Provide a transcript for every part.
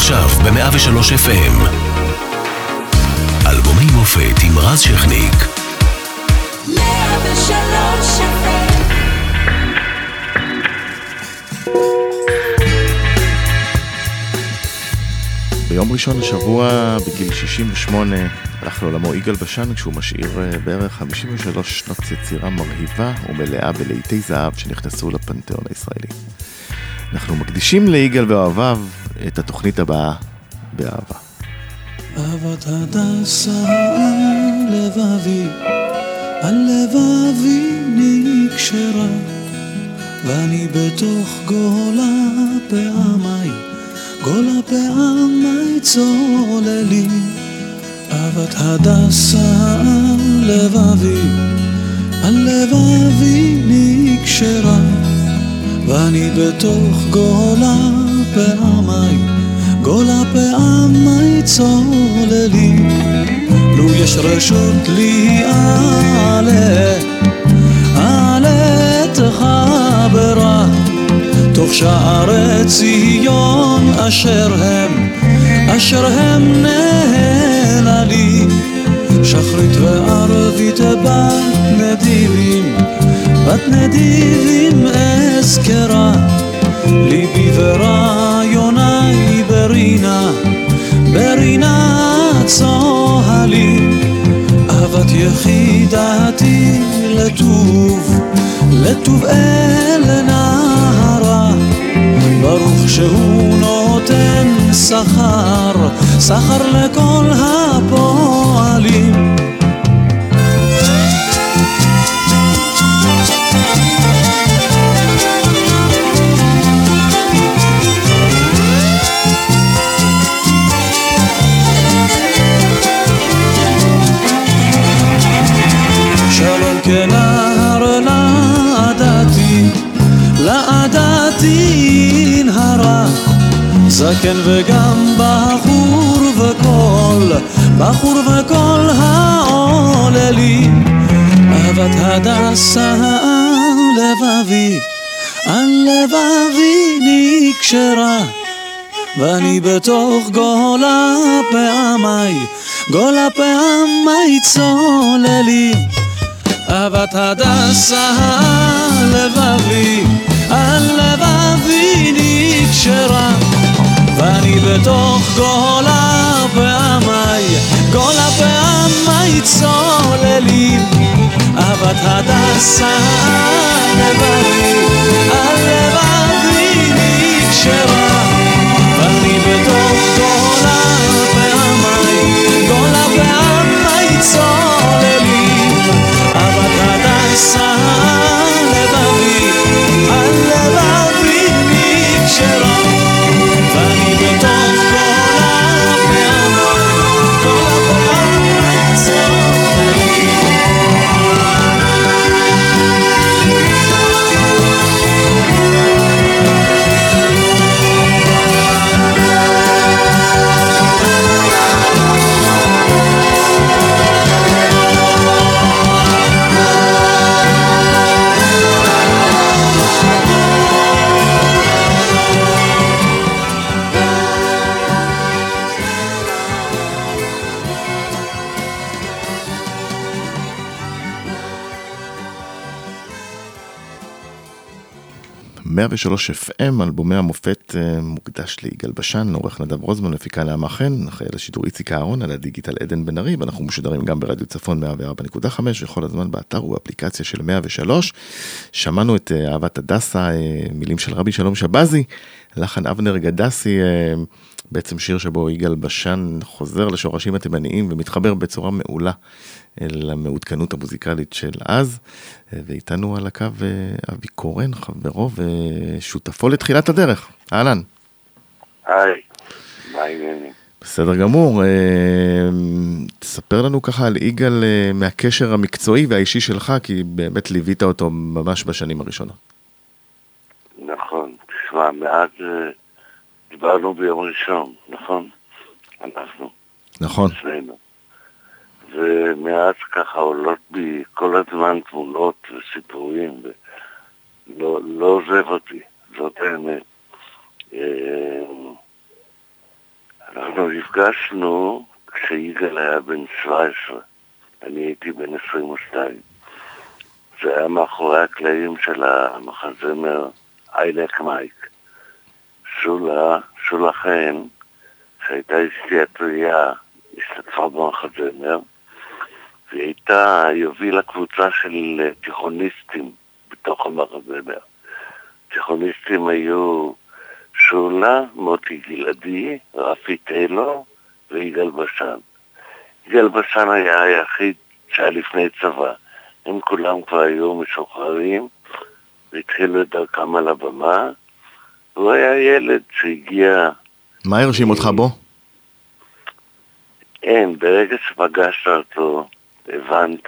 עכשיו ב-103 FM. אלבומי מופת עם רז שכניק. 103 FM. ביום ראשון השבוע, בגיל 68, הלך לעולמו יגאל בשן, כשהוא משאיר בערך 53 שנות יצירה מרהיבה ומלאה בלהיטי זהב שנכנסו לפנתיאון הישראלי. אנחנו מקדישים ליגאל ואוהביו את התוכנית הבאה באהבה. אהבת הדסה על לבבי, על לבבי נקשרה, ואני בתוך גולה פעמי, גולה פעמי צוללים. אהבת הדסה על לבבי, על לבבי נקשרה, ואני בתוך גולה פעמי, גולה פעמי צוללים. לו יש רשות לי עלה תחברה, תוך שערי ציון אשר הם נהללים. שחרית וערבית בת נדיבים אזכרה, ליבי ורעיוני ברינה צוהלים. אהבת יחידתי לטוב אל נהרה, ברוך שהוא נותן שכר לכל הפועלים. שלום כנהר לעדתי נהרה, זקן וגם בחור וכל העוללים. אהבת הדסה על לבבי נקשרה, ואני בתוך גולה פעמי צוללים. אהבת הדסה על לבבי נקשרה, ואני בתוך גולה פעמי צוללים. אהבת הדסה על לבבי נקשרה, ואני בתוך גולה פעמי צוללים. אהבת הדסה על לבבי נקשרה, ואני בתוך גולה פעמי צוללים. ב-103 FM, אלבומי המופת מוקדש ליגאל בשן, עורך נדב רוזמן, מפיקה נעמה חן, אחראי לשידור איציק אהרון, על הדיגיטל עדן בן ארי, ואנחנו משודרים גם ברדיו צפון 104.5, וכל הזמן באתר ובאפליקציה של 103. שמענו את אהבת הדסה, מילים של רבי שלום שבזי, לחן אבנר גדסי, בעצם שיר שבו יגאל בשן חוזר לשורשים התימניים ומתחבר בצורה מעולה אל המעודכנות המוזיקלית של אז. ואיתנו על הקו אבי קורן, חברו ושותפו לתחילת הדרך. אהלן. היי, מה העניינים? בסדר גמור. תספר לנו ככה על יגאל מהקשר המקצועי והאישי שלך, כי באמת ליווית אותו ממש בשנים הראשונות. נכון, תשמע, מעט דיברנו ביום ראשון, נכון? אנחנו. נכון. שנינו. ומעט ככה עולות בי כל הזמן תמונות וסיפורים, לא עוזב אותי, זאת האמת. נפגשנו כשיגאל היה בן 17, אני הייתי בן 22. זה היה מאחורי הקלעים של המחזמר איילק מייק. שולה חן, שהייתה אשתי הטריה, השתתפה במחזמר, והיא הובילה קבוצה של תיכוניסטים בתוך המחזמר. תיכוניסטים היו שולה, מוטי גלעדי, רפי טיילור ויגאל בשן. יגאל בשן היה היחיד שהיה לפני צבא. הם כולם כבר היו משוחררים והתחילו את דרכם על הבמה. הוא היה ילד שהגיע... מה הרשים אותך בו? אין, ברגע שפגשת אותו, הבנת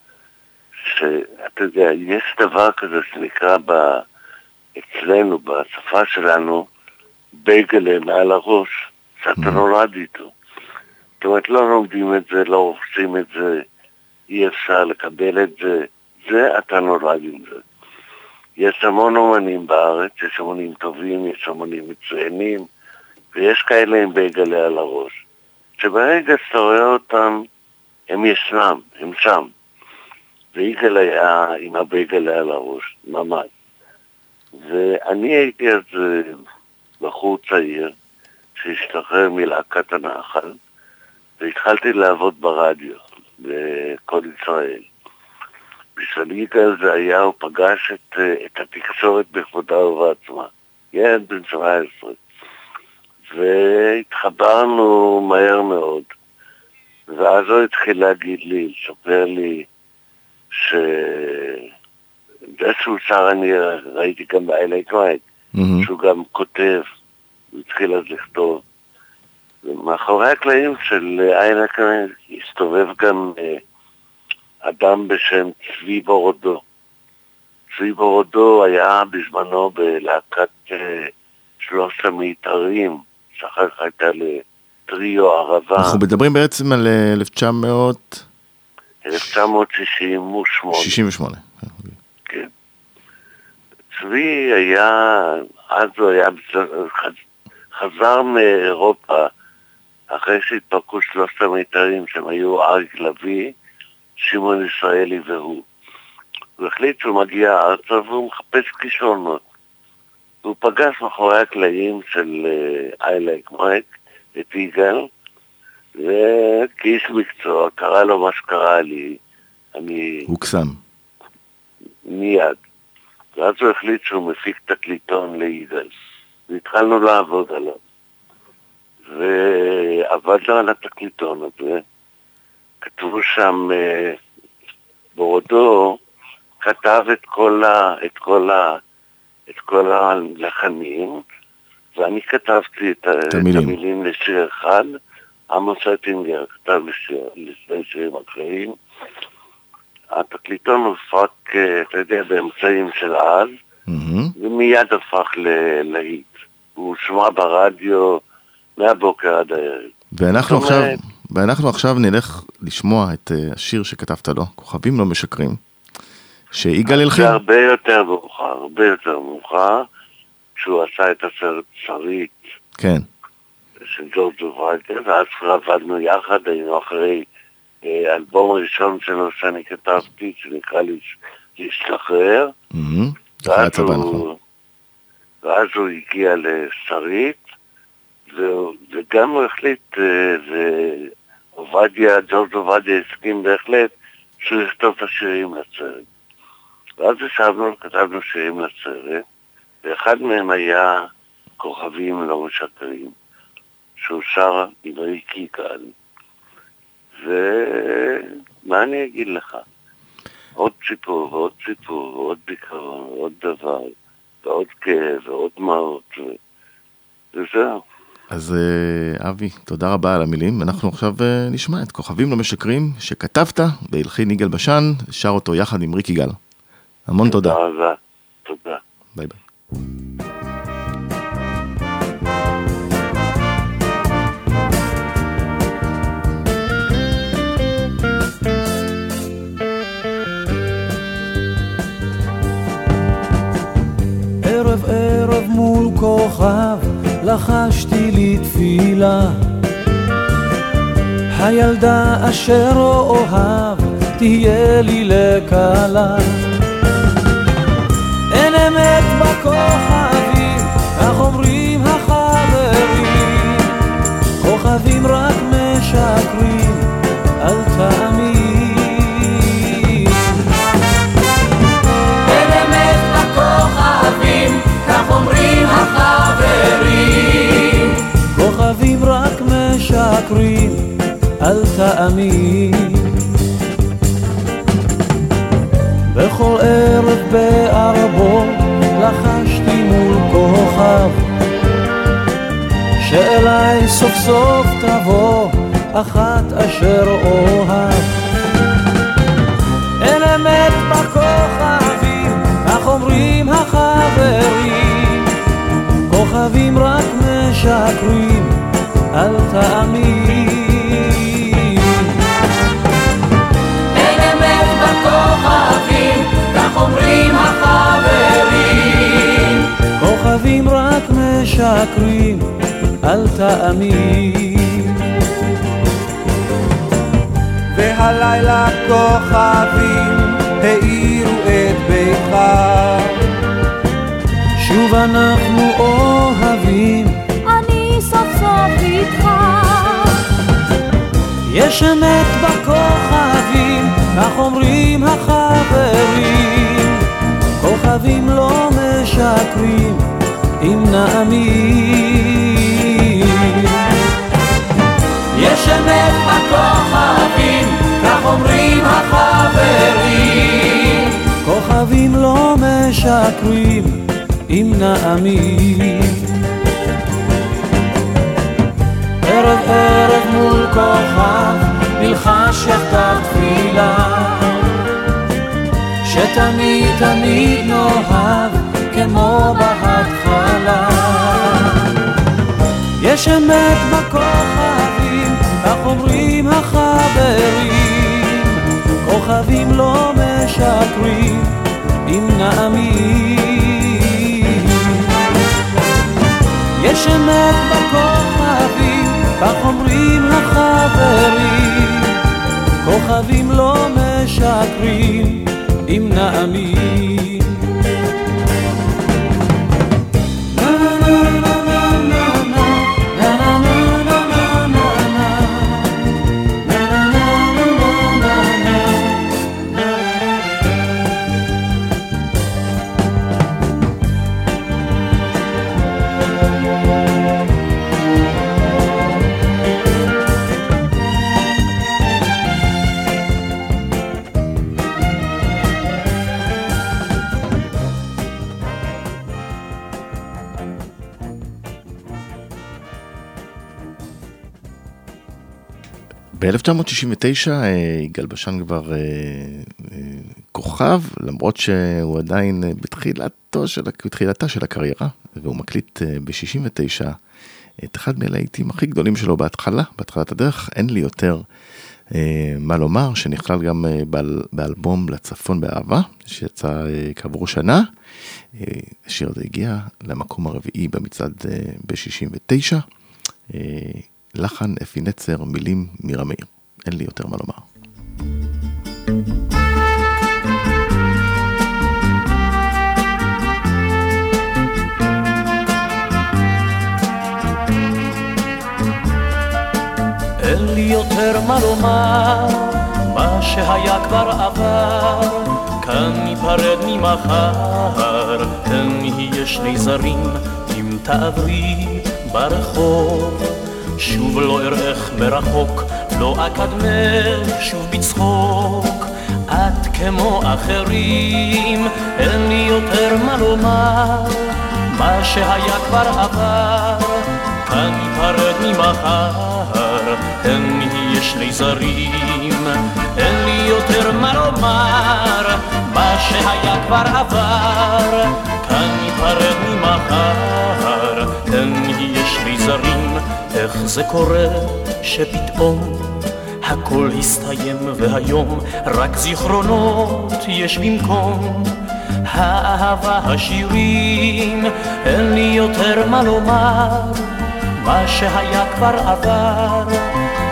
שאתה יודע, יש דבר כזה שנקרא אצלנו, בשפה שלנו, בייגלה מעל הראש, שאתה נולד איתו. זאת אומרת, לא לומדים את זה, לא רוכשים את זה, אי אפשר לקבל את זה, זה אתה נולד עם זה. יש המון אומנים בארץ, יש אומנים טובים, יש אומנים מצוינים, ויש כאלה עם בייגלה על הראש. שברגע שאתה רואה אותם, הם ישנם, הם שם. ויגאל היה עם הבייגלה על הראש, ממש. ואני הייתי אז בחור צעיר, שהשתחרר מלהקת הנחל, והתחלתי לעבוד ברדיו, בכל ישראל. בשביל יגאל זה היה, הוא פגש את התקשורת בכבודה ובעצמה. ילד בן 17. והתחברנו מהר מאוד. ואז הוא התחיל להגיד לי, לספר לי, זה שהוא שר, אני ראיתי גם באיילק מייק, שהוא גם כותב, הוא התחיל אז לכתוב. ומאחורי הקלעים של איילק מייק הסתובב גם אדם בשם צבי בורודו. צבי בורודו היה בזמנו בלהקת שלושת המיתרים, שאחר כך הייתה לטריו ערבה. אנחנו מדברים בעצם על 1968. כן. צבי היה, אז הוא היה, חזר מאירופה, אחרי שהתפרקו שלושת המיתרים, שהם היו אריק לוי, שמעון ישראלי והוא. הוא החליט שהוא מגיע ארצה והוא מחפש כישרונות. הוא פגש מאחורי הקלעים של איילק מייק, את יגאל, וכאיש מקצוע, קרה לו מה שקרה לי, הוא קסם. מיד. ואז הוא החליט שהוא מפיק תקליטון ליגאל. והתחלנו לעבוד עליו. ועבדנו על התקליטון הזה. כתבו שם, בורודו כתב את כל הלחנים, ואני כתבתי את המילים לשיר אחד, עמוס אטינגר כתב לשני שירים אחרים. התקליטון הופק, אתה יודע, באמצעים של אז, ומיד הפך ללהיט. הוא שמע ברדיו מהבוקר עד הערב. ואנחנו עכשיו נלך לשמוע את השיר שכתבת לו, כוכבים לא משקרים, שיגאל הלחין. זה הרבה יותר מאוחר, שהוא עשה את הסרט שרית. כן. של ג'ורג' וייטר, ואז עבדנו יחד, היינו אחרי אלבום הראשון שלו שאני כתבתי, שנקרא להשתחרר. ואז הוא הגיע לשרית, וגם הוא החליט, ג'ורג' עובדיה הסכים בהחלט, שהוא יכתוב את השירים לסרט. ואז כתבנו שירים לסרט, ואחד מהם היה כוכבים לא משקרים, שהוא שר עם ריקי כאן. ומה אני אגיד לך? עוד סיפור ועוד סיפור ועוד ביקרון ועוד דבר ועוד כאב ועוד דמעות וזהו. אז אבי, תודה רבה על המילים. אנחנו עכשיו נשמע את כוכבים לא משקרים שכתבת בהלחין יגאל בשן, שר אותו יחד עם ריקי גל. המון תודה. תודה רבה. תודה. ביי ביי. ערב ערב מול כוכב לחשתי לי תפילה, הילדה אשר אוהב תהיה לי לקלה. אין אמת בכוכבים, כך אומרים החברים, כוכבים רק משקרים, אל תאמין. אין אמת בכוכבים, כך אומרים החברים, כוכבים רק משקרים, אל תאמין. בכל ערב בערבו לחשתי מול כוכב, שאליי סוף סוף תבוא אחת אשר אוהב. אין אמת בכוכבים, כך אומרים החברים, כוכבים רק משקרים, אל תאמין. אין אמת בכוכבים, כך אומרים החברים, כוכבים רק משקרים, אל תאמין. והלילה כוכבים האירו את ביתך, שוב אנחנו אוהבים, אני סוף סוף איתך. יש אמת בכוכבים, כך אומרים החברים, כוכבים לא משקרים, אם נאמין. יש אמת בכוכבים, כך אומרים החברים, כוכבים לא משקרים, אם נאמין. ערב ערב מול כוכב נלחש יחדיו תפילה, שתמיד תמיד נאהב כמו בהתחלה. יש אמת בכוכבים, כך אומרים החברים, כוכבים לא משקרים, אם נאמין. יש אמת בכוכבים, כך אומרים החברים, כוכבים לא משקרים, אם נאמין. ב-1969 יגאל בשן כבר כוכב, למרות שהוא עדיין בתחילתה של הקריירה, והוא מקליט ב-69 את אחד מהלהיטים הכי גדולים שלו בהתחלת הדרך, אין לי יותר מה לומר, שנכלל גם באלבום לצפון באהבה, שיצא כעבור שנה. השיר הזה הגיע למקום הרביעי במצעד ב-69, לחן אפי נצר, מילים מירה מאיר. אין לי יותר מה לומר. אין לי יותר מה לומר, מה שהיה כבר עבר, כאן ניפרד ממחר, כאן נהיה שני זרים, אם תעברי ברחוב, שוב לא אראך מרחוק, לא אקדמך שוב בצחוק, את כמו אחרים, אין לי יותר מה לומר, מה שהיה כבר עבר, כאן ניפרד ממחר, כאן נהיה שני זרים, אין לי יותר מה לומר, מה שהיה כבר עבר, כאן ניפרד ממחר, כאן נהיה שני זרים. איך זה קורה שפתאום הכל הסתיים והיום רק זיכרונות יש במקום האהבה השירים, אין לי יותר מה לומר, מה שהיה כבר עבר,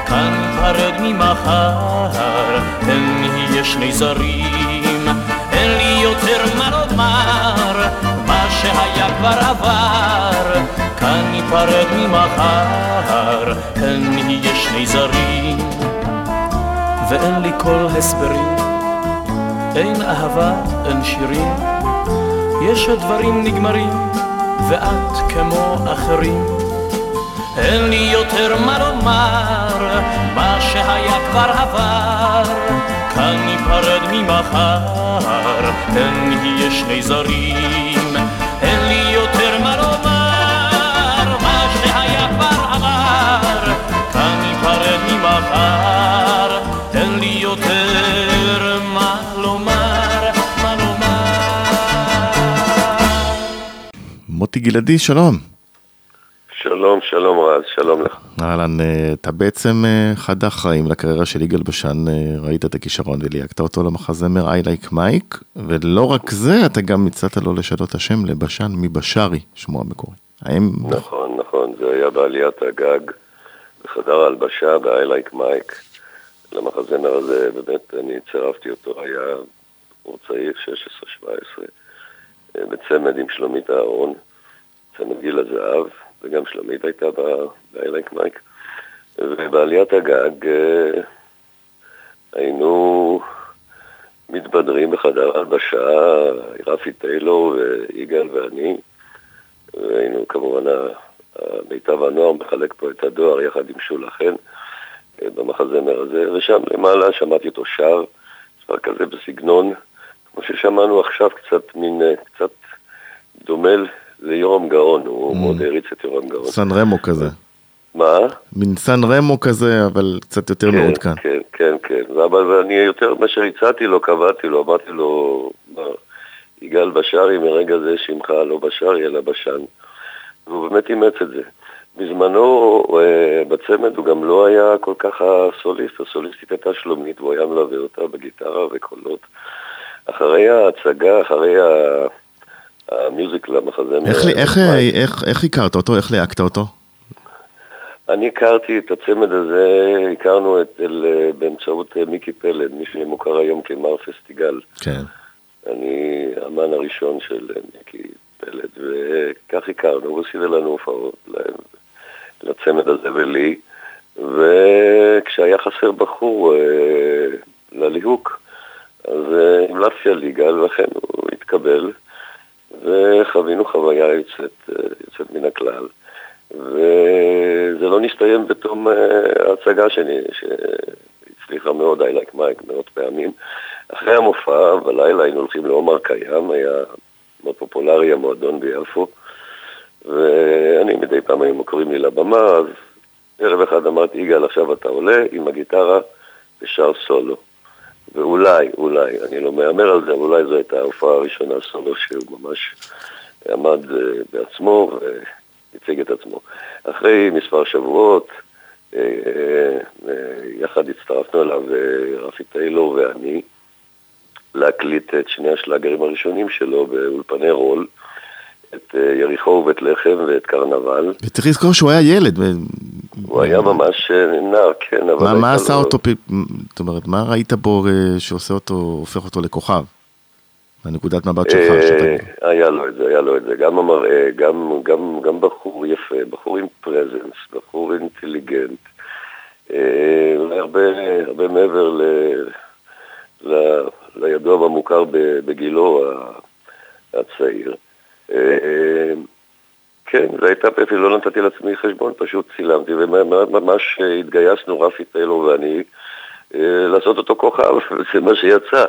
כאן ניפרד ממחר, אין נהיה שני זרים. אין לי יותר מה לומר, מה שהיה כבר עבר, כאן ניפרד ממחר, אין נהיה שני זרים. ואין לי כל הסברים, אין אהבה, אין שירים, יש הדברים נגמרים, ואת כמו אחרים. אין לי יותר מה לומר, מה שהיה כבר עבר, כאן ניפרד ממחר, אין נהיה שני זרים. אין לי יותר מה לומר, מה שהיה כבר עבר, כאן ניפרד ממחר, אין לי יותר מה לומר, מה לומר. מוטי גלעדי, שלום. שלום, שלום רז, שלום לך. אהלן, אתה בעצם אחד האחראים לקריירה של יגאל בשן, ראית את הכישרון וליהקת אותו למחזמר I Like Mike, ולא רק זה, אתה גם הצעת לו לשנות השם לבשן מבשרי, שמו המקורי. נכון, נכון, זה היה בעליית הגג, בחדר ההלבשה ב-I Like Mike. למחזמר הזה, באמת, אני צירפתי אותו, היה הוא צעיר, 16-17, בצמד עם שלומית אהרון, צמד גיל הזהב, וגם שלומית הייתה ב-I Like Mike. ובעליית הגג היינו מתבדרים בחדר ההלבשה, רפי טיילור ויגאל ואני, והיינו כמובן המיטב הנוער מחלק פה את הדואר יחד עם שולה חן במחזמר הזה, ושם למעלה שמעתי אותו שר כזה בסגנון, כמו ששמענו עכשיו, קצת דומה ליורם גאון, הוא מאוד הריץ את יורם גאון. סן רמו כזה. מה? מין סן רמו כזה, אבל קצת יותר מאוד כאן. כן. אבל אני יותר, מה שהצעתי לו, קבעתי לו, אמרתי לו, יגאל בשרי, מרגע זה שמך לא בשרי, אלא בשן. והוא באמת אימץ את זה. בזמנו, בצמד, הוא גם לא היה כל כך הסוליסט. הסוליסטית הייתה שלומית, והוא היה מלווה אותה בגיטרה וקולות. אחרי ההצגה, אחרי המיוזיקל המחזמר. איך הכרת אותו? איך ליהקת אותו? אני הכרתי את הצמד הזה, הכרנו באמצעות מיקי פלד, מי שמוכר היום כמר פסטיגל. כן. אני האמן הראשון של מיקי פלד, וכך הכרנו, הוא סידר לנו הופעות לצמד הזה ולי, וכשהיה חסר בחור לליהוק, אז המלצתי על יגאל, ואכן הוא התקבל, וחווינו חוויה יוצאת מן הכלל. וזה לא נסתיים בתום ההצגה שהצליחה מאוד, I Like Mike, מאות פעמים. אחרי המופע, בלילה היינו הולכים לעומר קיים, היה מאוד פופולרי המועדון ביפו, ואני מדי פעם היו קוראים לי לבמה, אז ערב אחד אמרתי, יגאל, עכשיו אתה עולה עם הגיטרה ושר סולו. ואולי, אני לא מאמר על זה, אבל אולי זו הייתה ההופעה הראשונה סולו שהוא ממש עמד בעצמו והציג את עצמו. אחרי מספר שבועות, יחד הצטרפנו אליו רפי טיילור ואני, להקליט את שני השלאגרים הראשונים שלו באולפני רול, את יריחו ובית לחם ואת קרנבל. וצריך לזכור שהוא היה ילד. הוא היה ממש נער, כן. מה עשה אותו, זאת אומרת, מה ראית בו שעושה אותו, הופך אותו לכוכב? בנקודת מבט שלך. היה לו את זה. גם המראה, גם בחור יפה, בחור עם פרזנס, בחור אינטליגנט. אולי הרבה מעבר לידוע והמוכר בגילו הצעיר. כן, זה הייתה, אפילו לא נתתי לעצמי חשבון, פשוט צילמתי, וממש התגייסנו, רפי טיילור ואני, לעשות אותו כוכב, וזה מה שיצא.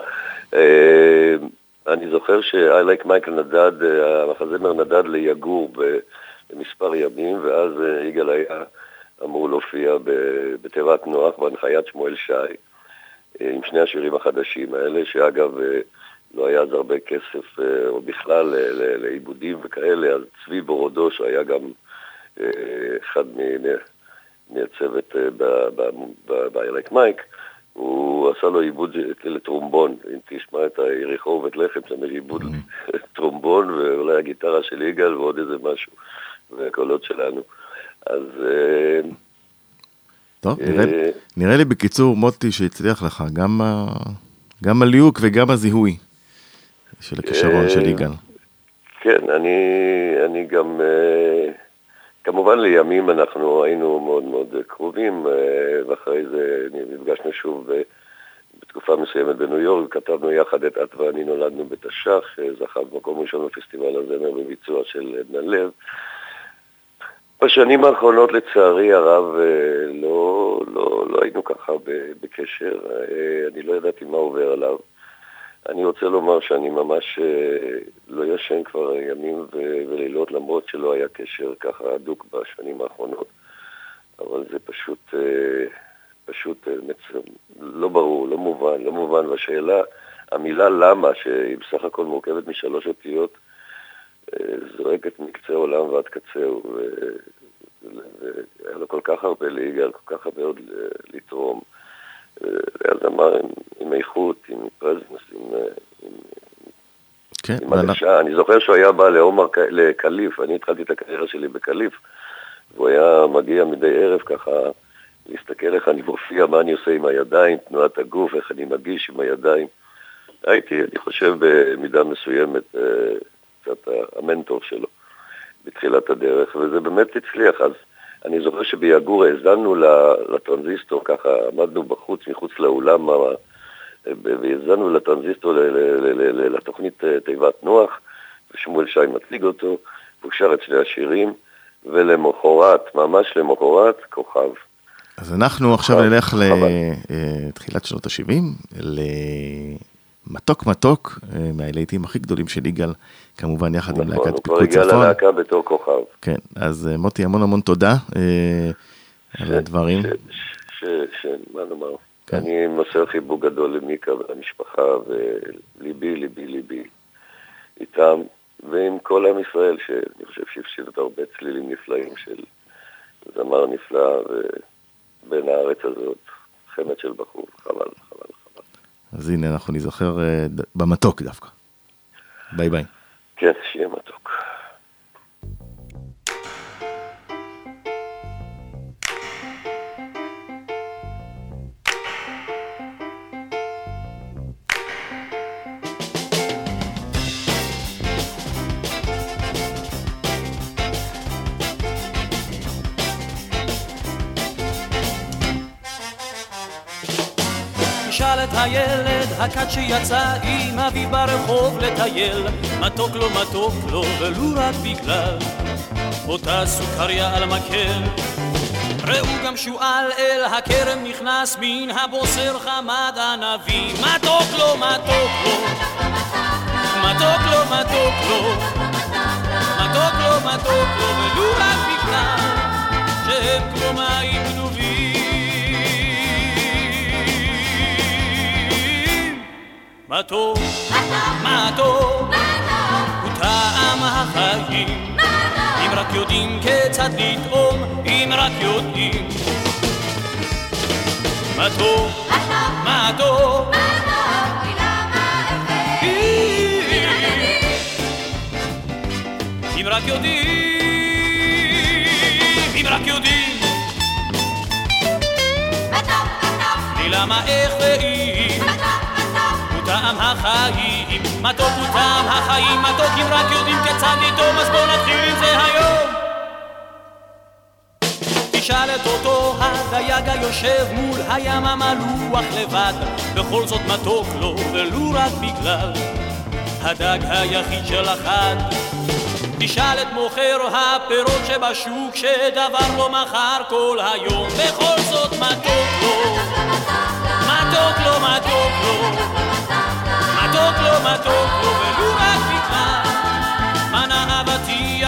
אני זוכר ש-I Like Mike המחזמר נדד ליגור במספר ימים, ואז יגאל היה אמור להופיע בתיבת נוח, בהנחיית שמואל שי, עם שני השירים החדשים האלה, שאגב לא היה אז הרבה כסף, או בכלל לעיבודים וכאלה, אז צבי בורודו, שהיה גם אחד מהצוות ב-I Like Mike, הוא עשה לו עיבוד לטרומבון, אם תשמע את יריחו ובית לחם, שם יש עיבוד טרומבון, ואולי הגיטרה של יגאל ועוד איזה משהו, והקולות שלנו. אז טוב, נראה לי בקיצור, מוטי, שהצליח לך, גם הליוק וגם הזיהוי של הכישרון של יגאל. כן, אני גם, כמובן לימים אנחנו היינו מאוד מאוד קרובים, ואחרי זה נפגשנו שוב בתקופה מסוימת בניו יורק, כתבנו יחד את את ואני נולדנו בתש"ח, זכה במקום ראשון בפסטיבל הזמר בביצוע של עדנה לב. בשנים האחרונות לצערי הרב לא היינו ככה בקשר, אני לא ידעתי מה עובר עליו. אני רוצה לומר שאני ממש לא ישן כבר ימים ולילות, למרות שלא היה קשר ככה הדוק בשנים האחרונות, אבל זה פשוט לא ברור, לא מובן, והשאלה, המילה למה, שהיא בסך הכל מורכבת משלוש אותיות, זורקת מקצה עולם ועד קצהו, והיה לו כל כך הרבה ליגאל, כל כך הרבה עוד לתרום. היה זמר עם איכות, עם פרזנס, עם הדשה. אני זוכר שהוא היה בא לקליף, אני התחלתי את הקריירה שלי בקליף, והוא היה מגיע מדי ערב ככה, להסתכל איך אני מופיע, מה אני עושה עם הידיים, תנועת הגוף, איך אני מגיש עם הידיים. הייתי, אני חושב, במידה מסוימת, קצת המנטור שלו בתחילת הדרך, וזה באמת הצליח. אז אני זוכר שביגור האזנו לטרנזיסטור, ככה עמדנו בחוץ, מחוץ לאולם, והאזנו לטרנזיסטור לתוכנית תיבת נוח, ושמואל שי מציג אותו, והוא שר את שני השירים, ולמחרת, ממש למחרת, כוכב. אז אנחנו עכשיו נלך לתחילת שנות ה-70, למתוק מתוק, מהלהיטים הכי גדולים של יגאל, כמובן יחד עם להקת פיקוד צפון. הוא כבר הגיע ללהקה בתור כוכב. כן, אז מוטי, המון תודה על הדברים. מה נאמר? אני מוסר חיבוק גדול למיקה ולמשפחה, וליבי איתם, ועם כל עם ישראל, שאני חושב שהפשיל את הרבה צלילים נפלאים של זמר נפלא, בין הארץ הזאת, חמד של בחור, חבל. אז הנה, אנחנו נזכר במתוק דווקא. ביי. כן, שיהיה מתוק. שאל את הילד הקט שיצא עם אביו ברחוב לטייל, מתוק לו ולו רק בגלל אותה סוכריה על מקל. ראו גם שועל אל הכרם נכנס מן הבוסר חמד ענבים, מתוק לו ולו רק בגלל שהם כמו מים גנובים. מתוק, הוא טעם החיים, אם רק יודעים כיצד לטעום, אם רק יודעים. מתוק, אם רק יודעים. למה איך ואם טעם החיים, מתוק הוא טעם החיים, מתוק אם רק יודעים כיצד לטעום, אז בוא נתחיל עם זה היום. תשאל את אותו הדייג היושב מול הים המלוח לבד, בכל זאת מתוק לו ולו רק בגלל הדג היחיד של החד. תשאל את מוכר הפירות שבשוק שדבר לא מחר כל היום, בכל זאת מתוק לו ולו רק בגלל מנה אהבתי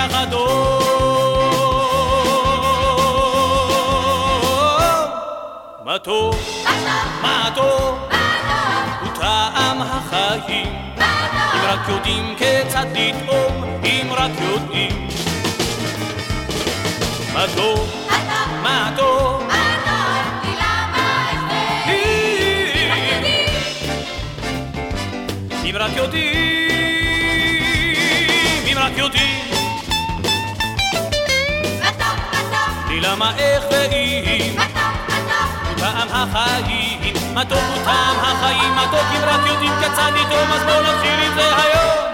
החדום. מתוק הוא טעם החיים, אם רק יודעים כיצד לטעום, אם רק יודעים. מתוק אם רק יודעים. לי למה איך ואם טעם החיים, מתוק הוא טעם החיים, מתוק אם רק יודעים כיצד לטעום, אז בואו נתחיל עם זה היום.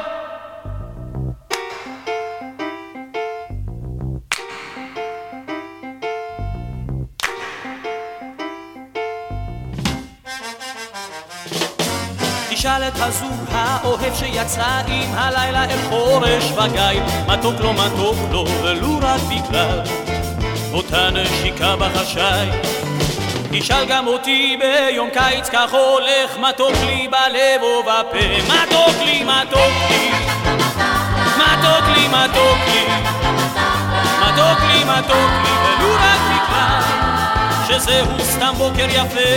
תשאל את הזוג האוהב שיצא עם הלילה אל חורש וגיא, מתוק לו ולו רק בגלל אותה נשיקה בחשאי. תשאל גם אותי ביום קיץ כך הולך, מתוק לי בלב ובפה, מתוק לי, מתוק לי, מתוק לי, מתוק לי, מתוק לי, מתוק לי, ולו רק בגלל שזהו סתם בוקר יפה.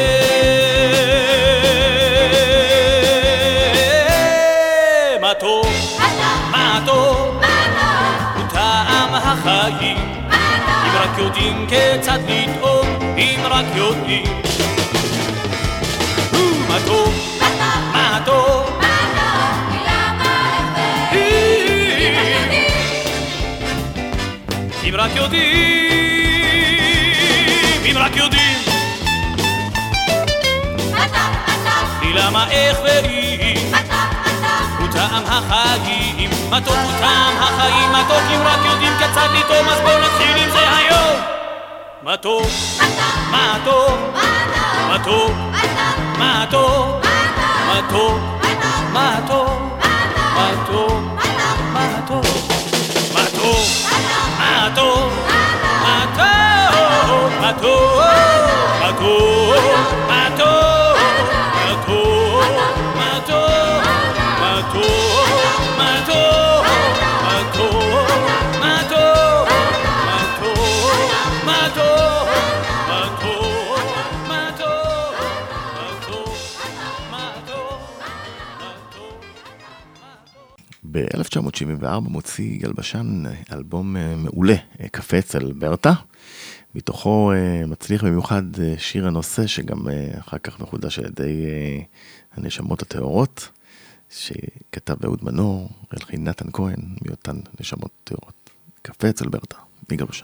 מתוק, מתוק, הוא טעם החיים, אם רק יודעים כיצד לטעום, אם רק יודעים. מתוק, מתוק, אם רק יודעים, אם רק יודעים. למה איך ואם טעם החיים, מתוק הוא טעם החיים, מתוק אם רק יודעים כיצד לטעום, אז בואו נתחיל עם זה היום. מתוק, מתוק, מתוק, מתוק, מתוק, מתוק, מתוק, מתוק, מתוק, מתוק, מתוק, מתוק, ב-1974 מוציא יגאל בשן אלבום מעולה, קפה אצל ברטה. מתוכו מצליח במיוחד שיר הנושא, שגם אחר כך מחודש על ידי הנשמות הטהורות, שכתב אהוד מנור, הלחין נתן כהן, מאותן נשמות טהורות. קפה אצל ברטה, יגאל בשן.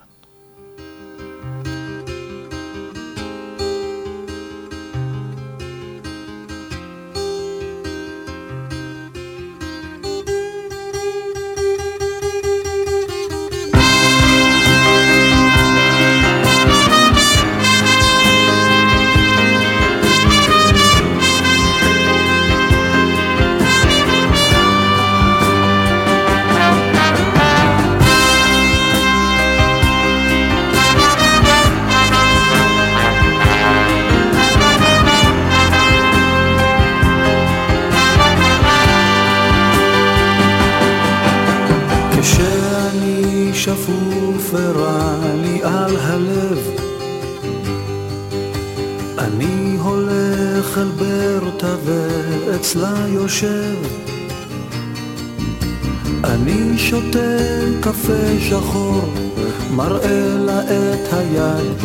שפוף ורע לי על הלב, אני הולך אל ברטה ואצלה יושב, אני שותה קפה שחור, מראה לה את היד,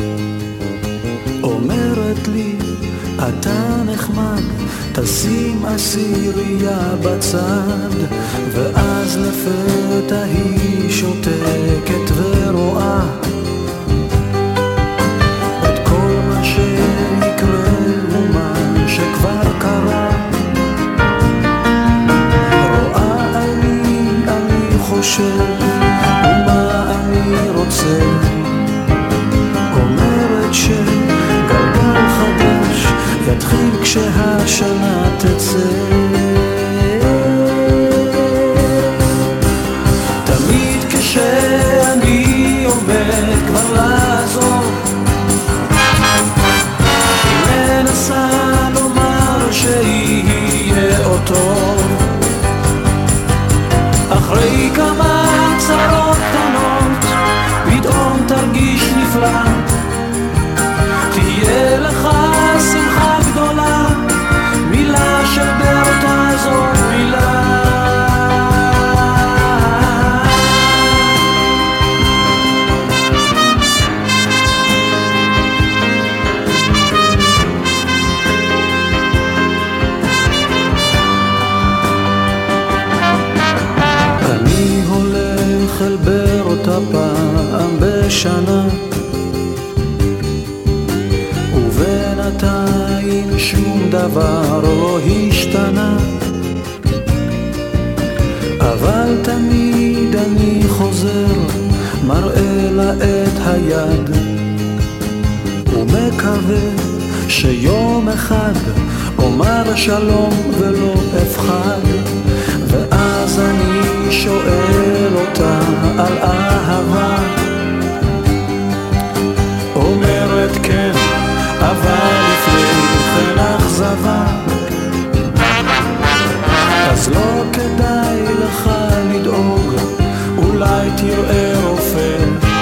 אומרת לי אתה נחמד, תשים עשירייה בצד, ואז לפתע היא שותקת ורואה את כל מה שיקרה ומה שכבר קרה. רואה אני חושב ומה אני רוצה, אומרת שגלגל חדש יתחיל כשהשנה תצא. תמיד כשאני עומד כבר לעזור, היא מנסה לומר שיהיה אותו, אחרי כמה צרות קטנות פתאום תרגיש נפלא, תהיה לך שמחה גדולה, מילה של ברטה זאת מילה. אני הולך אל ברטה פעם בשנה, ובין דבר לא השתנה, אבל תמיד אני חוזר, מראה לה את היד, ומקווה שיום אחד אומר שלום ולא אפחד. ואז אני שואל אותה על אהבה, אומרת כן, אבל לפני כן אכזבה. אז לא כדאי לך לדאוג, אולי תראה רופא.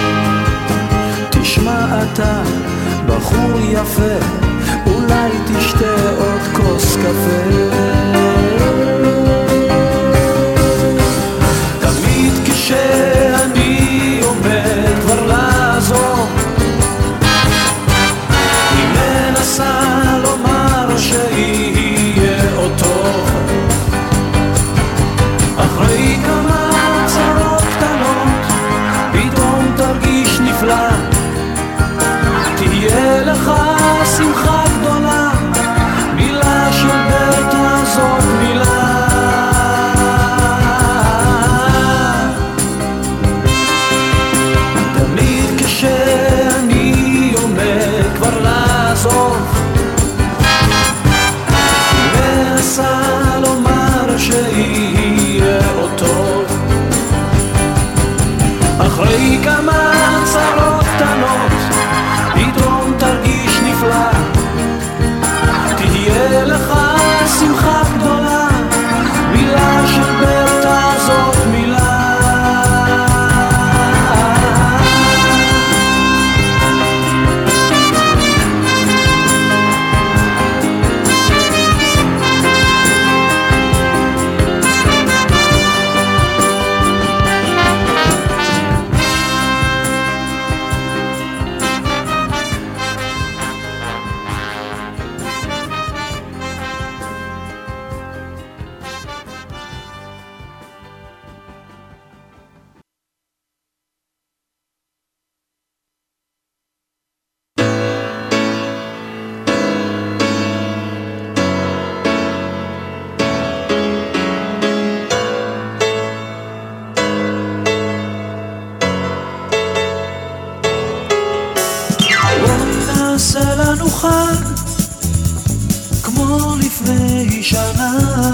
תשמע אתה בחור יפה, אולי תשתה עוד כוס קפה. תמיד כשאני עומד כבר לעזור, היא מנסה לומר שיהיה עוד טוב. אחרי כמה צרות קטנות פתאום תרגיש נפלא, תהיה לך שמחה גדולה, מילה של ברטה זאת מילה. תמיד כשאני עומד כבר לעזוב, היא מנסה לומר שיהיה עוד טוב. אחרי כמה צרות קטנות פתאום תרגיש נפלא, תהיה לך שמחה גדולה, מילה של ברטה זאת מילה. כמו לפני שנה,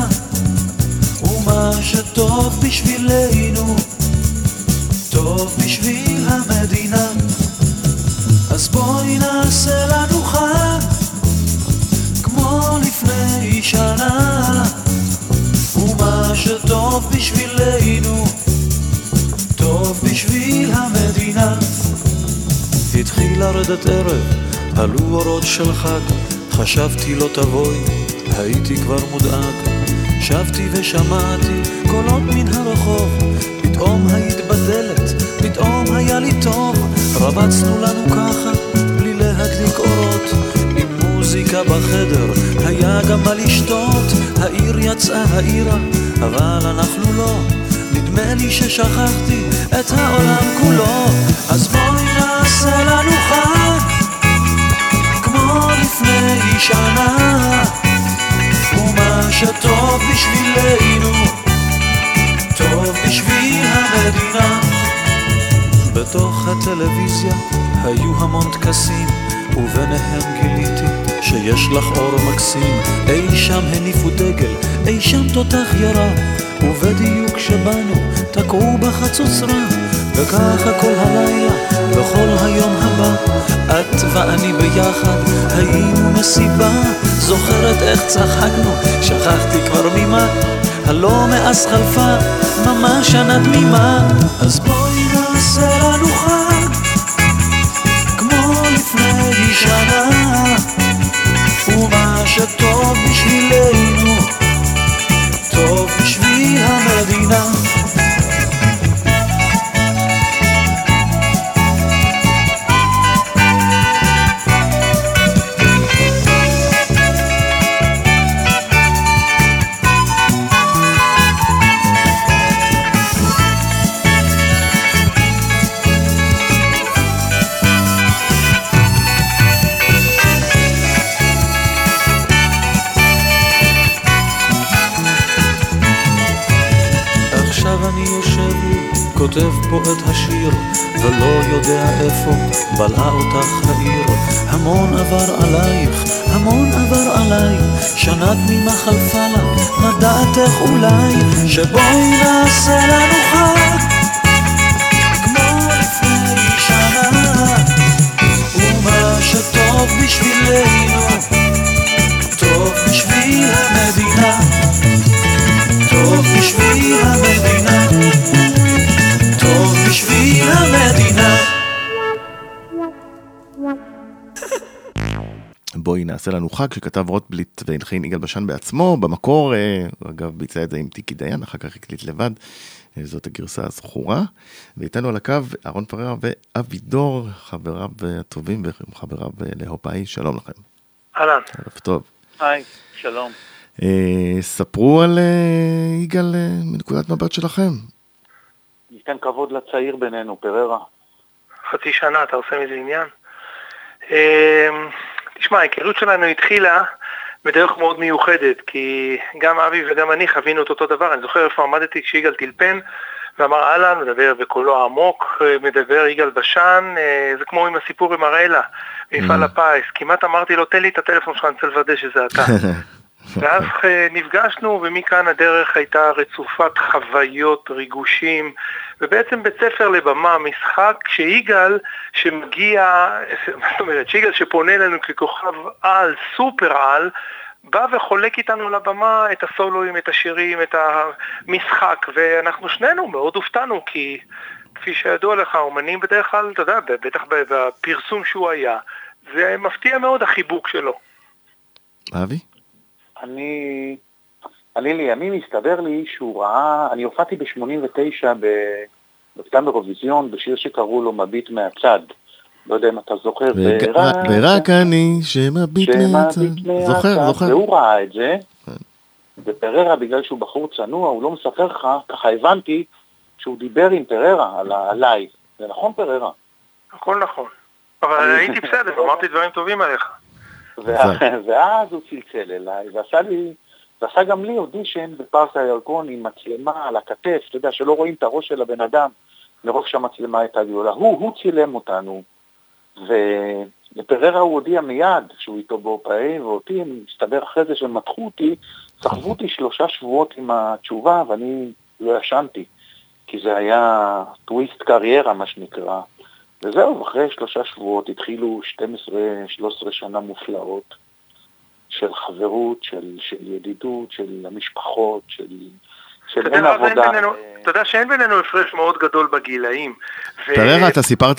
ומה שטוב בשבילנו טוב בשביל המדינה. אז בואי נעשה לנו חג כמו לפני שנה, ומה שטוב בשבילנו טוב בשביל המדינה. התחיל לרדת ערב, עלו אורות של חג, חשבתי לא תבואי, הייתי כבר מודאג. שבתי ושמעתי קולות מן הרחוב, פתאום היית בדלת, פתאום היה לי טוב. רבצנו לנו ככה, בלי להדליק אורות, עם מוזיקה בחדר, היה גם מה לשתות. העיר יצאה העירה, אבל אנחנו לא, נדמה לי ששכחתי את העולם כולו. אז בואי נעשה לנו חג כמו לפני שנה, ומה שטוב בשבילנו טוב בשביל המדינה. בתוך הטלוויזיה היו המון טקסים, וביניהם גיליתי שיש לך אור מקסים. אי שם הניפו דגל, אי שם תותח ירה, ובדיוק שבאנו תקעו בחצוצרה. וככה כל הלילה וכל היום הבא, את ואני ביחד היינו מסיבה. זוכרת איך צחקנו, שכחתי כבר ממה, הלא מאז חלפה ממש שנה תמימה. אז בואי נעשה לנו חג כמו לפני שנה, ומה שטוב בשבילנו טוב בשביל המדינה. כותב פה את השיר ולא יודע איפה בלעה אותך העיר. המון עבר עלייך, המון עבר עליי, שנה תמימה חלפה לה, מה דעתך אולי שבואי נעשה לנו חג כמו לפני שנה, ומה שטוב בשבילנו טוב בשביל המדינה, טוב בשביל המדינה, טוב בשביל המדינה. בואי נעשה לנו חג שכתב רוטבליט והלחין יגאל בשן בעצמו, במקור, אגב ביצע את זה עם טיקי דיין, אחר כך הקליט לבד, זאת הגרסה הזכורה, ואיתנו על הקו אהרון פררה ואבידור, חבריו הטובים וחבריו להופעי, שלום לכם. אהלן. ערב טוב. היי, שלום. ספרו על יגאל מנקודת מבט שלכם. ניתן כבוד לצעיר בינינו, פררה. חצי שנה, אתה עושה מזה עניין? תשמע, ההיכרות שלנו התחילה בדרך מאוד מיוחדת, כי גם אבי וגם אני חווינו את אותו דבר. אני זוכר איפה עמדתי כשיגאל טלפן ואמר אהלן, מדבר בקולו העמוק, מדבר יגאל בשן, זה כמו עם הסיפור עם הראלה, במפעל הפיס. כמעט אמרתי לו, תן לי את הטלפון שלך, אני רוצה לוודא שזה אתה. ואז נפגשנו, ומכאן הדרך הייתה רצופת חוויות, ריגושים, ובעצם בית ספר לבמה, משחק שיגאל שמגיע, זאת אומרת, שיגאל שפונה לנו ככוכב על, סופר על, בא וחולק איתנו לבמה את הסולואים, את השירים, את המשחק, ואנחנו שנינו מאוד הופתענו, כי כפי שידוע לך, אומנים בדרך כלל, אתה יודע, בטח בפרסום שהוא היה, זה מפתיע מאוד החיבוק שלו. אבי? לימים הסתבר לי שהוא ראה, אני הופעתי ב-89 בפתם באירוויזיון בשיר שקראו לו מביט מהצד, לא יודע אם אתה זוכר, ורק אני שמביט מהצד, זוכר. והוא ראה את זה, ופררה בגלל שהוא בחור צנוע, הוא לא מספר לך, ככה הבנתי שהוא דיבר עם פררה עליי, זה נכון פררה? הכל נכון, אבל הייתי בסדר, אמרתי דברים טובים עליך. ואז הוא צלצל אליי, ועשה גם לי אודישן בפארק הירקון עם מצלמה על הכתף, אתה יודע, שלא רואים את הראש של הבן אדם, מרוב שהמצלמה הייתה גדולה. הוא צילם אותנו, ולפררה הוא הודיע מיד שהוא איתו בהופעה, ואותי, מסתבר אחרי זה שמתחו אותי, סחבו אותי 3 שבועות עם התשובה, ואני לא ישנתי, כי זה היה טוויסט קריירה, מה שנקרא. וזהו, אחרי 3 שבועות התחילו 12-13 שנה מופלאות של חברות, של ידידות, של המשפחות, של אין עבודה. אתה יודע שאין בינינו הפרש מאוד גדול בגילאים. פררה, אתה סיפרת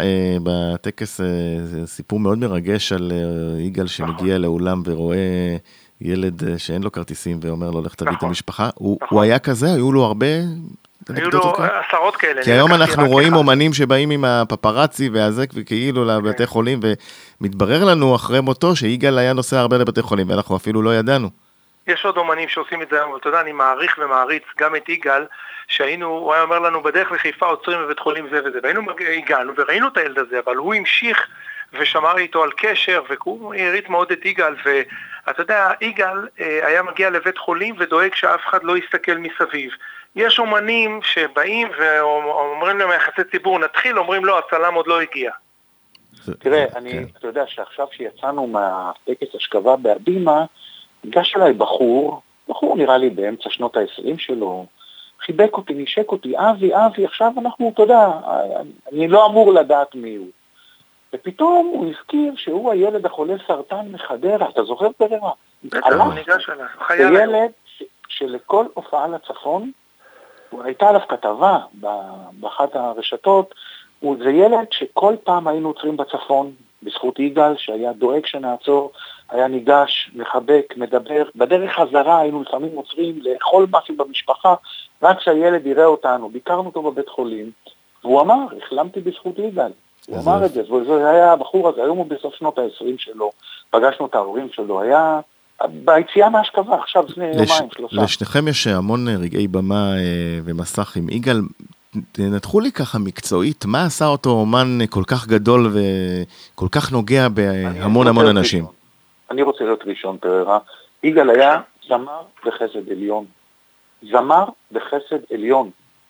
בטקס סיפור מאוד מרגש על יגאל שמגיע לאולם ורואה ילד שאין לו כרטיסים ואומר לו לך תביא את המשפחה. הוא היה כזה? היו לו הרבה... היו לו עשרות כאלה. כי היום אנחנו רואים אומנים שבאים עם הפפרצי והזק וכאילו לבתי חולים, ומתברר לנו אחרי מותו שיגאל היה נוסע הרבה לבתי חולים, ואנחנו אפילו לא ידענו. יש עוד אומנים שעושים את זה, אבל אתה יודע, אני מעריך ומעריץ גם את יגאל, הוא היה אומר לנו בדרך לחיפה עוצרים בבית חולים זה וזה, והיינו הגענו וראינו את הילד הזה, אבל הוא המשיך ושמר איתו על קשר, והוא הריץ מאוד את יגאל, ואתה יודע, יגאל היה מגיע לבית חולים ודואג שאף אחד לא יסתכל מסביב. יש אומנים שבאים ואומרים להם יחסי ציבור, נתחיל, אומרים לא, הצלם עוד לא הגיע. תראה, אתה יודע שעכשיו שיצאנו מהטקס השכבה בהבימה, ניגש אליי בחור נראה לי באמצע שנות ה-20 שלו, חיבק אותי, נשק אותי, אבי, עכשיו אנחנו, אתה יודע, אני לא אמור לדעת מי הוא. ופתאום הוא הזכיר שהוא הילד החולה סרטן מחדרה, אתה זוכר פררה? הוא ניגש אליי, חייל. זה ילד שלכל הופעה לצפון, הייתה עליו כתבה באחת הרשתות, זה ילד שכל פעם היינו עוצרים בצפון, בזכות יגאל שהיה דואג שנעצור, היה ניגש, מחבק, מדבר, בדרך חזרה היינו לפעמים עוצרים לאכול משהו במשפחה, רק שהילד יראה אותנו, ביקרנו אותו בבית חולים, והוא אמר, החלמתי בזכות יגאל, הוא אמר את זה, וזה היה הבחור הזה, היום הוא בסוף שנות ה-20 שלו, פגשנו את ההורים שלו, היה ביציאה מהשכבה, עכשיו לפני יומיים, 3. לשניכם יש המון רגעי במה ומסך עם יגאל, נתחו לי ככה מקצועית, מה עשה אותו אומן כל כך גדול וכל כך נוגע בהמון אנשים? אני רוצה להיות ראשון פררה, יגאל היה זמר בחסד עליון, זמר בחסד עליון,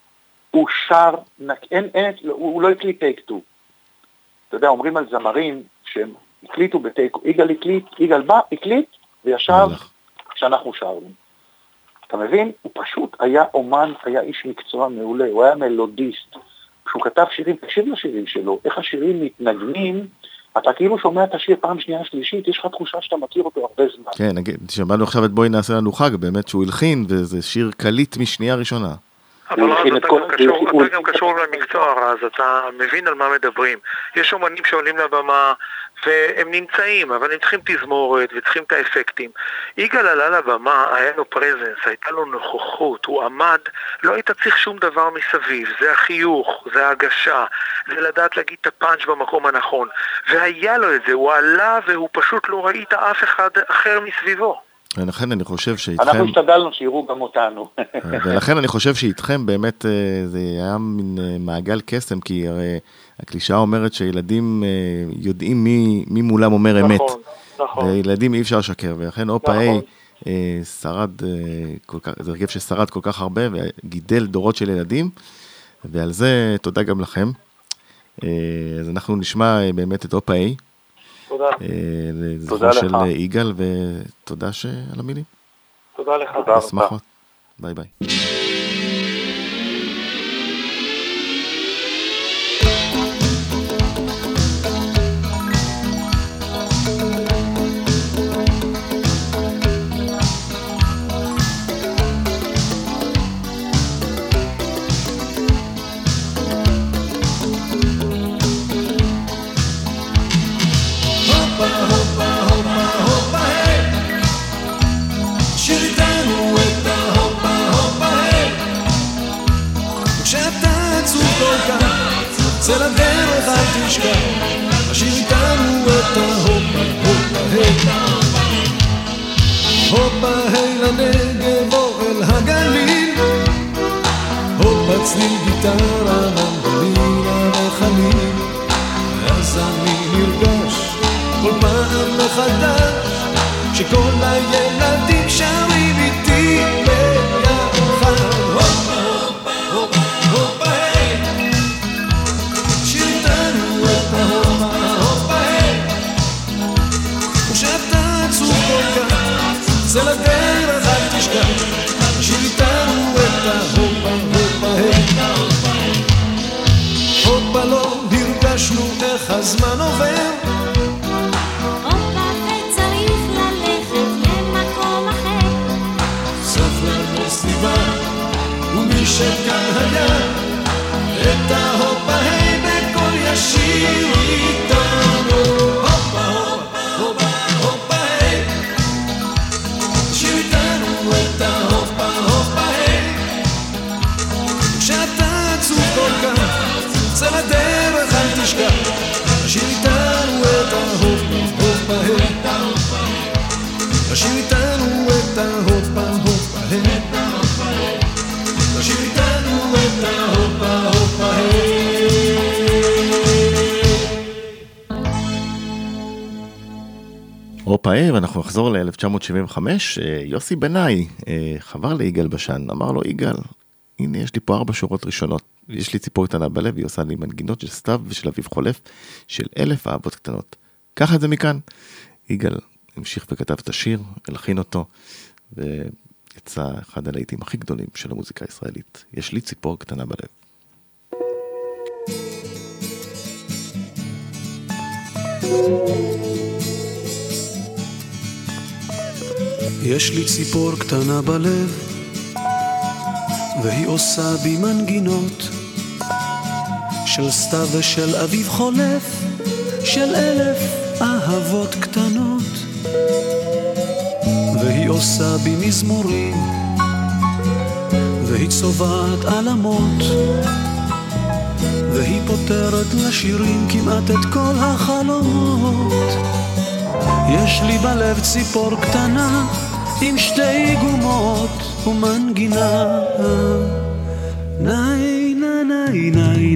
הוא שר, הוא לא הקליט טייק 2. אתה יודע, אומרים על זמרים שהם הקליטו בטייק, יגאל בא, הקליט, וישב כשאנחנו שרנו. אתה מבין? הוא פשוט היה אומן, היה איש מקצוע מעולה, הוא היה מלודיסט. כשהוא כתב שירים, תקשיב לשירים שלו, איך השירים מתנגנים, אתה כאילו שומע את השיר פעם שנייה שלישית, יש לך תחושה שאתה מכיר אותו הרבה זמן. כן, שמענו עכשיו את בואי נעשה לנו חג, באמת שהוא הלחין, וזה שיר קליט משנייה ראשונה. אבל אז אתה גם קשור למקצוע, אז אתה מבין על מה מדברים. יש אומנים שעולים לבמה והם נמצאים, אבל הם צריכים תזמורת וצריכים את האפקטים. יגאל עלה לבמה, היה לו פרזנס, הייתה לו נוכחות, הוא עמד, לא היית צריך שום דבר מסביב, זה החיוך, זה ההגשה, זה לדעת להגיד את הפאנץ' במקום הנכון. והיה לו את זה, הוא עלה והוא פשוט לא ראית אף אחד אחר מסביבו. ולכן אני חושב שאיתכם... אנחנו השתדלנו שיראו גם אותנו. ולכן אני חושב שאיתכם באמת זה היה מין מעגל קסם, כי הרי הקלישאה אומרת שילדים יודעים מי מולם אומר אמת. נכון. וילדים אי אפשר לשקר, ולכן אופאי שרד כל כך, זה הרכב ששרד כל כך הרבה, וגידל דורות של ילדים, ועל זה תודה גם לכם. אז אנחנו נשמע באמת את אופאי. תודה. לזכור של יגאל, ותודה על המילים. תודה לך. שמחות. ביי ביי. זה לדרך אל תשכח, השיר איתנו את ההופה, הופה, הופה, היי לנגב או אל הגליל, הופה צליל גיטרה, מנדולינה וחליל, אז אני נרגש כל פעם מחדש, שכל הילדים שרים איתי ביחד, הופה, הופה, הופה, הופה, זה לדרך אל תשכח, שיר איתנו את ההופה, הופה, הופה לא הרגשנו איך הזמן עובר, הופה וצריך ללכת למקום אחר, סוף לפסטיבל ומי שכאן היה את ההופה בכל ישיר איתנו, הופה, הופה, הופה, את ההופה, הופה, כשאתה עצוב כל כך, זה לדרך אל תשכח, השיר איתנו את ההופה, הופה, השיר איתנו את ההופה, הופה, השיר איתנו את ההופה, הופה, אופאי, ואנחנו נחזור ל-1975, יוסי בנאי חבר ליגאל בשן, אמר לו, יגאל, הנה יש לי פה 4 שורות ראשונות, יש לי ציפור קטנה בלב, היא עושה לי מנגינות של סתיו ושל אביב חולף, של 1000 אהבות קטנות. קח את זה מכאן. יגאל המשיך וכתב את השיר, הלחין אותו, ויצא אחד הלהיטים הכי גדולים של המוזיקה הישראלית. יש לי ציפור קטנה בלב. יש לי ציפור קטנה בלב, והיא עושה בי מנגינות של סתיו ושל אביב חולף, של 1000 אהבות קטנות, והיא עושה בי מזמורים, והיא צובעת עלמות, והיא פותרת לשירים כמעט את כל החלומות. יש לי בלב ציפור קטנה עם 2 גומות ומנגינה, ניי ניי ניי ניי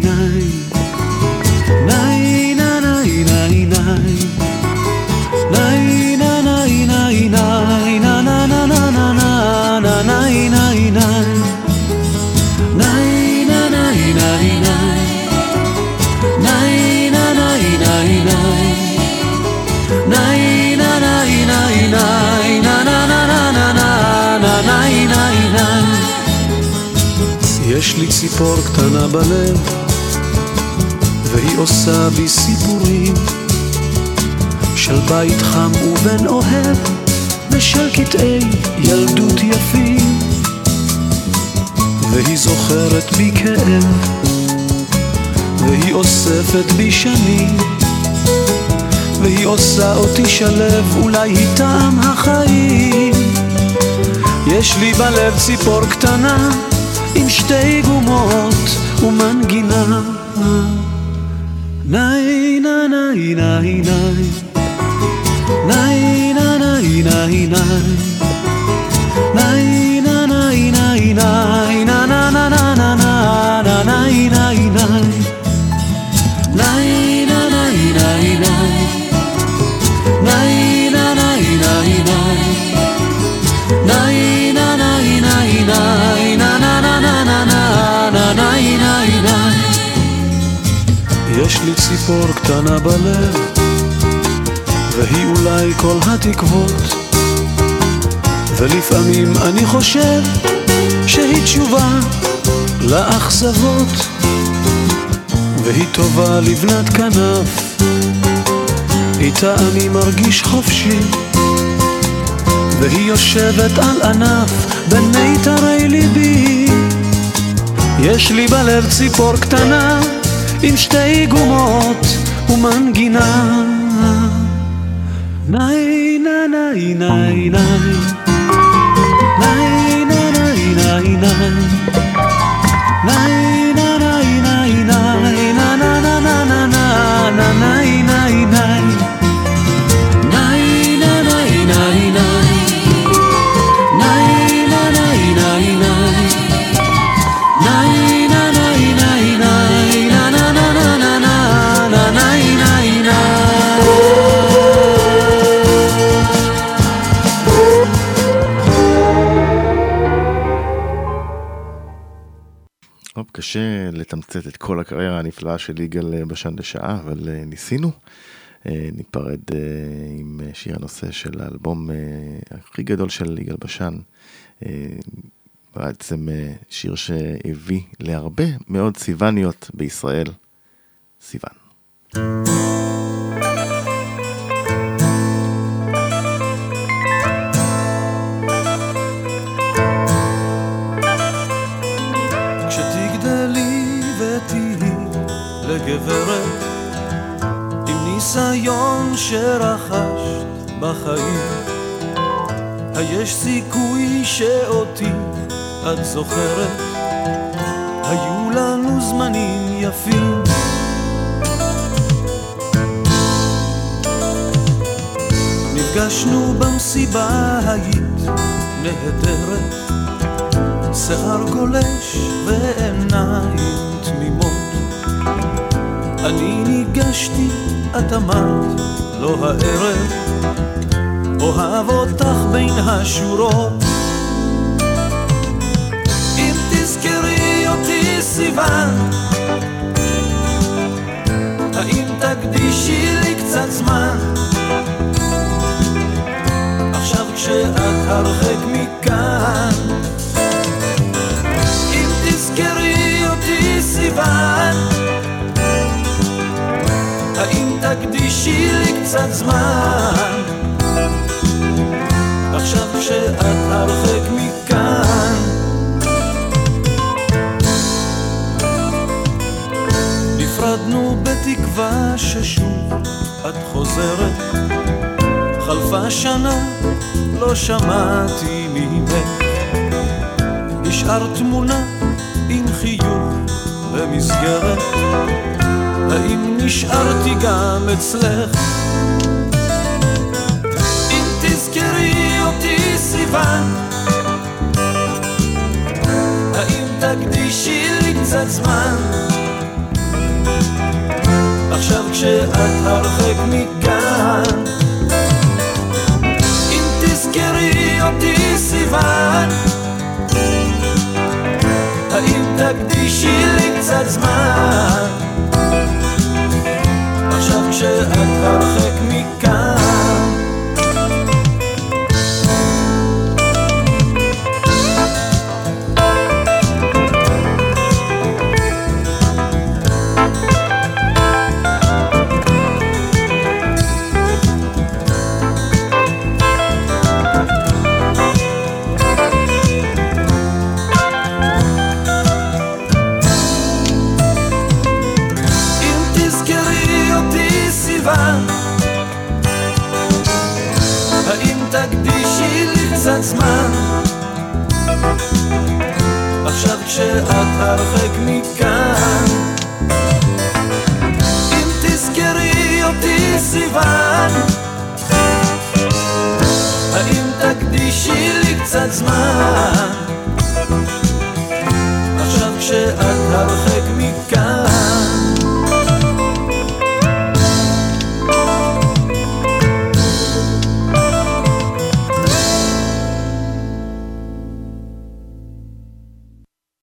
ניי ניי ניי ניי ניי ניי ניי ניי ניי ניי ניי ניי ניי יש לי ציפור קטנה בלב, והיא עושה בי סיפורים של בית חם ובן אוהב, ושל קטעי ילדות יפים. והיא זוכרת בי כאב, והיא אוספת בי שנים, והיא עושה אותי שלב, אולי היא טעם החיים. יש לי בלב ציפור קטנה עם שתי גומות ומנגינה. נאי נאי נאי נאי נאי נאי נאי נאי נאי נאי נאי נאי na na na na na na na nai nai nai nai na nai nai nai nai na nai nai nai nai na nai nai nai na na na na na na nai nai nai. יש לי ציפור קטנה בלב, והיא אולי כל התקוות, ולפעמים אני חושב שהיא תשובה לאכזבות, והיא טובה לבנת כנף, איתה אני מרגיש חופשי, והיא יושבת על ענף בין מיתרי ליבי. יש לי בלב ציפור קטנה עם שתי גומות ומנגינה. נאי נאי נאי נאי נאי נאי נאי נאי נאי נאי נאי na na na na na na na nai nai nai nai na nai nai nai nai na nai nai nai nai na nai nai nai na na na na na na na nai nai nai. קשה לתמצת את כל הקריירה הנפלאה של יגאל בשן לשעה, אבל ניסינו. ניפרד עם שיר הנושא של האלבום הכי גדול של יגאל בשן, בעצם שיר שהביא להרבה מאוד סיווניות בישראל, סיוון. לגברת עם ניסיון שרכשת בחיים, היש סיכוי שאותי את זוכרת, היו לנו זמנים יפים, נפגשנו במסיבה, היית נהדרת, שיער גולש ועיניים תמימות, אני ניגשתי, את אמרת, לא הערב, אוהב אותך בין השורות. אם תזכרי אותי סיוון, האם תקדישי לי קצת זמן? עכשיו כשאת הרחק מכאן, אם תזכרי אותי סיוון, האם תקדישי לי קצת זמן? עכשיו כשאת הרחק מכאן, נפרדנו בתקווה ששוב את חוזרת, חלפה שנה לא שמעתי ממך, נשאר תמונה עם חיוך במסגרת, האם נשארתי גם אצלך? אם תזכרי אותי סיוון, האם תקדישי לי קצת זמן? עכשיו כשאת הרחק מכאן, אם תזכרי אותי סיוון, האם תקדישי לי קצת זמן? עכשיו כשאת הרחק מכאן, תקדישי לי קצת זמן, עכשיו כשאת הרחק מכאן, אם תזכרי אותי סיוון, האם תקדישי לי קצת זמן, עכשיו כשאת הרחק מכאן.